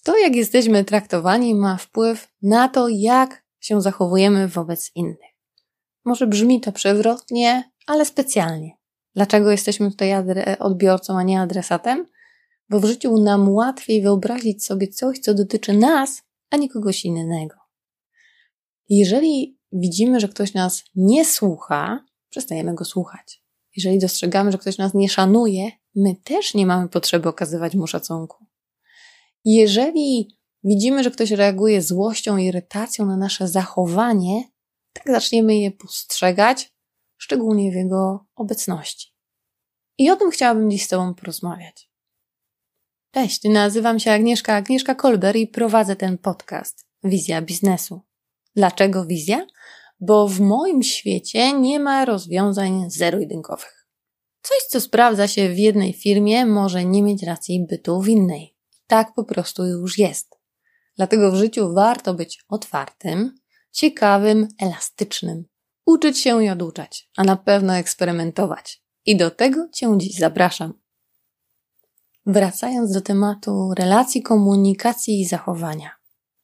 To, jak jesteśmy traktowani, ma wpływ na to, jak się zachowujemy wobec innych. Może brzmi to przewrotnie, ale specjalnie. Dlaczego jesteśmy tutaj odbiorcą, a nie adresatem? Bo w życiu nam łatwiej wyobrazić sobie coś, co dotyczy nas, a nie kogoś innego. Jeżeli widzimy, że ktoś nas nie słucha, przestajemy go słuchać. Jeżeli dostrzegamy, że ktoś nas nie szanuje, my też nie mamy potrzeby okazywać mu szacunku. Jeżeli widzimy, że ktoś reaguje złością, irytacją na nasze zachowanie, tak zaczniemy je postrzegać, szczególnie w jego obecności. I o tym chciałabym dziś z Tobą porozmawiać. Cześć, nazywam się Agnieszka Kolber i prowadzę ten podcast Wizja Biznesu. Dlaczego wizja? Bo w moim świecie nie ma rozwiązań zero-jedynkowych. Coś, co sprawdza się w jednej firmie, może nie mieć racji bytu w innej. Tak po prostu już jest. Dlatego w życiu warto być otwartym, ciekawym, elastycznym. Uczyć się i oduczać, a na pewno eksperymentować. I do tego Cię dziś zapraszam. Wracając do tematu relacji, komunikacji i zachowania.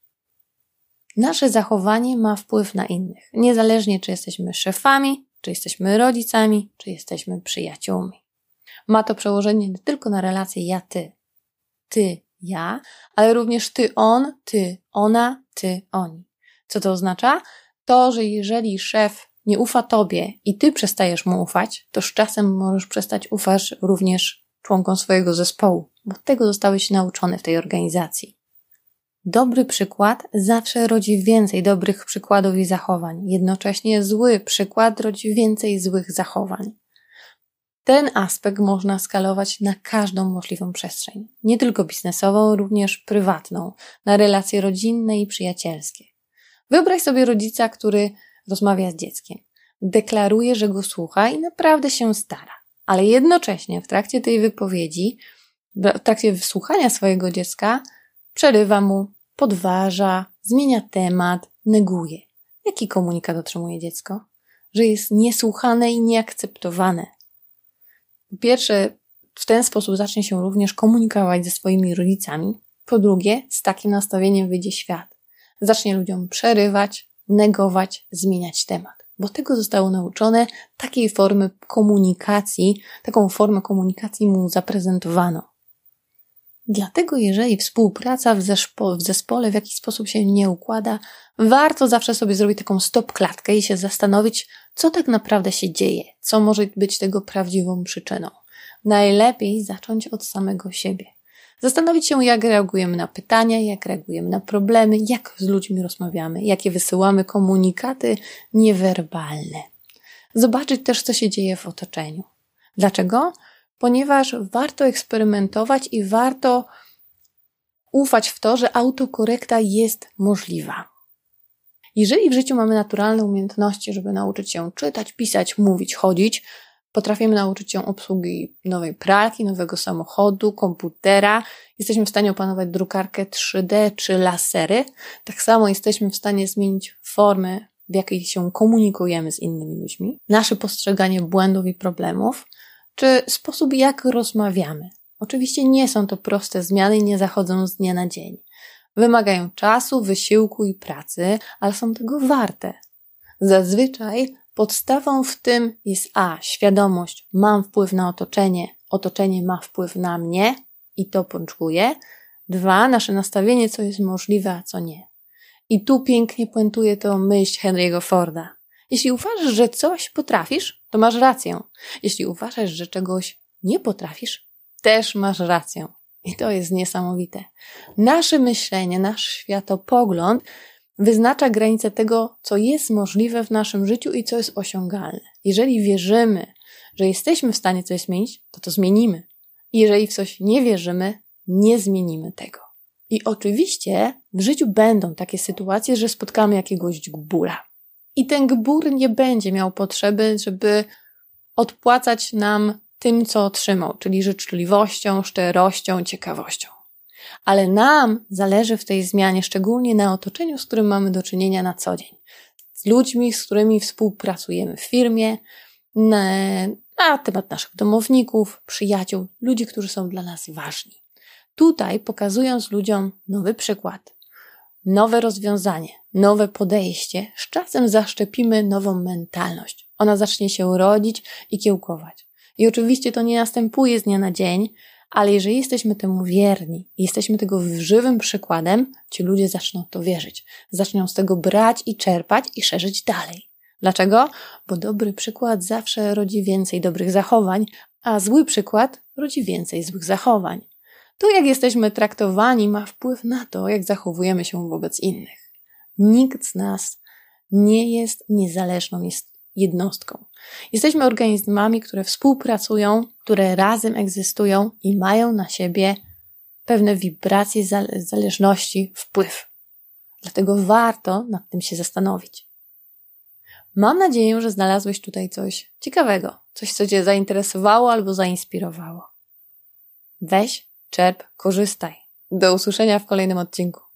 Nasze zachowanie ma wpływ na innych. Niezależnie, czy jesteśmy szefami, czy jesteśmy rodzicami, czy jesteśmy przyjaciółmi. Ma to przełożenie nie tylko na relacje ja-ty. Ty, ja, ale również ty, on, ty, ona, ty, oni. Co to oznacza? To, że jeżeli szef nie ufa tobie i ty przestajesz mu ufać, to z czasem możesz przestać ufać również członkom swojego zespołu, bo tego zostałeś nauczony w tej organizacji. Dobry przykład zawsze rodzi więcej dobrych przykładów i zachowań. Jednocześnie zły przykład rodzi więcej złych zachowań. Ten aspekt można skalować na każdą możliwą przestrzeń. Nie tylko biznesową, również prywatną, na relacje rodzinne i przyjacielskie. Wyobraź sobie rodzica, który rozmawia z dzieckiem. Deklaruje, że go słucha i naprawdę się stara. Ale jednocześnie w trakcie tej wypowiedzi, w trakcie wysłuchania swojego dziecka, przerywa mu, podważa, zmienia temat, neguje. Jaki komunikat otrzymuje dziecko? Że jest niesłuchane i nieakceptowane. Po pierwsze, w ten sposób zacznie się również komunikować ze swoimi rodzicami. Po drugie, z takim nastawieniem wyjdzie świat. Zacznie ludziom przerywać, negować, zmieniać temat. Bo tego zostało nauczone, takiej formy komunikacji, taką formę komunikacji mu zaprezentowano. Dlatego jeżeli współpraca w zespole w jakiś sposób się nie układa, warto zawsze sobie zrobić taką stop-klatkę i się zastanowić, co tak naprawdę się dzieje, co może być tego prawdziwą przyczyną. Najlepiej zacząć od samego siebie. Zastanowić się, jak reagujemy na pytania, jak reagujemy na problemy, jak z ludźmi rozmawiamy, jakie wysyłamy komunikaty niewerbalne. Zobaczyć też, co się dzieje w otoczeniu. Dlaczego? Ponieważ warto eksperymentować i warto ufać w to, że autokorekta jest możliwa. Jeżeli w życiu mamy naturalne umiejętności, żeby nauczyć się czytać, pisać, mówić, chodzić, potrafimy nauczyć się obsługi nowej pralki, nowego samochodu, komputera, jesteśmy w stanie opanować drukarkę 3D czy lasery, tak samo jesteśmy w stanie zmienić formę, w jakiej się komunikujemy z innymi ludźmi, nasze postrzeganie błędów i problemów, czy sposób, jak rozmawiamy. Oczywiście nie są to proste zmiany i nie zachodzą z dnia na dzień. Wymagają czasu, wysiłku i pracy, ale są tego warte. Zazwyczaj podstawą w tym jest świadomość, mam wpływ na otoczenie ma wpływ na mnie i to poczuję. 2, nasze nastawienie, co jest możliwe, a co nie. I tu pięknie puentuje to myśl Henry'ego Forda. Jeśli uważasz, że coś potrafisz, to masz rację. Jeśli uważasz, że czegoś nie potrafisz, też masz rację. I to jest niesamowite. Nasze myślenie, nasz światopogląd wyznacza granice tego, co jest możliwe w naszym życiu i co jest osiągalne. Jeżeli wierzymy, że jesteśmy w stanie coś zmienić, to zmienimy. I jeżeli w coś nie wierzymy, nie zmienimy tego. I oczywiście w życiu będą takie sytuacje, że spotkamy jakiegoś gbura. I ten gbur nie będzie miał potrzeby, żeby odpłacać nam tym, co otrzymał, czyli życzliwością, szczerością, ciekawością. Ale nam zależy w tej zmianie, szczególnie na otoczeniu, z którym mamy do czynienia na co dzień. Z ludźmi, z którymi współpracujemy w firmie, na temat naszych domowników, przyjaciół, ludzi, którzy są dla nas ważni. Tutaj pokazując ludziom nowy przykład, nowe rozwiązanie, nowe podejście, z czasem zaszczepimy nową mentalność. Ona zacznie się rodzić i kiełkować. I oczywiście to nie następuje z dnia na dzień, ale jeżeli jesteśmy temu wierni, jesteśmy tego żywym przykładem, ci ludzie zaczną w to wierzyć. Zaczną z tego brać i czerpać i szerzyć dalej. Dlaczego? Bo dobry przykład zawsze rodzi więcej dobrych zachowań, a zły przykład rodzi więcej złych zachowań. To, jak jesteśmy traktowani, ma wpływ na to, jak zachowujemy się wobec innych. Nikt z nas nie jest niezależną jednostką. Jesteśmy organizmami, które współpracują, które razem egzystują i mają na siebie pewne wibracje zależności, wpływ. Dlatego warto nad tym się zastanowić. Mam nadzieję, że znalazłeś tutaj coś ciekawego, coś, co Cię zainteresowało albo zainspirowało. Weź, czerp, korzystaj. Do usłyszenia w kolejnym odcinku.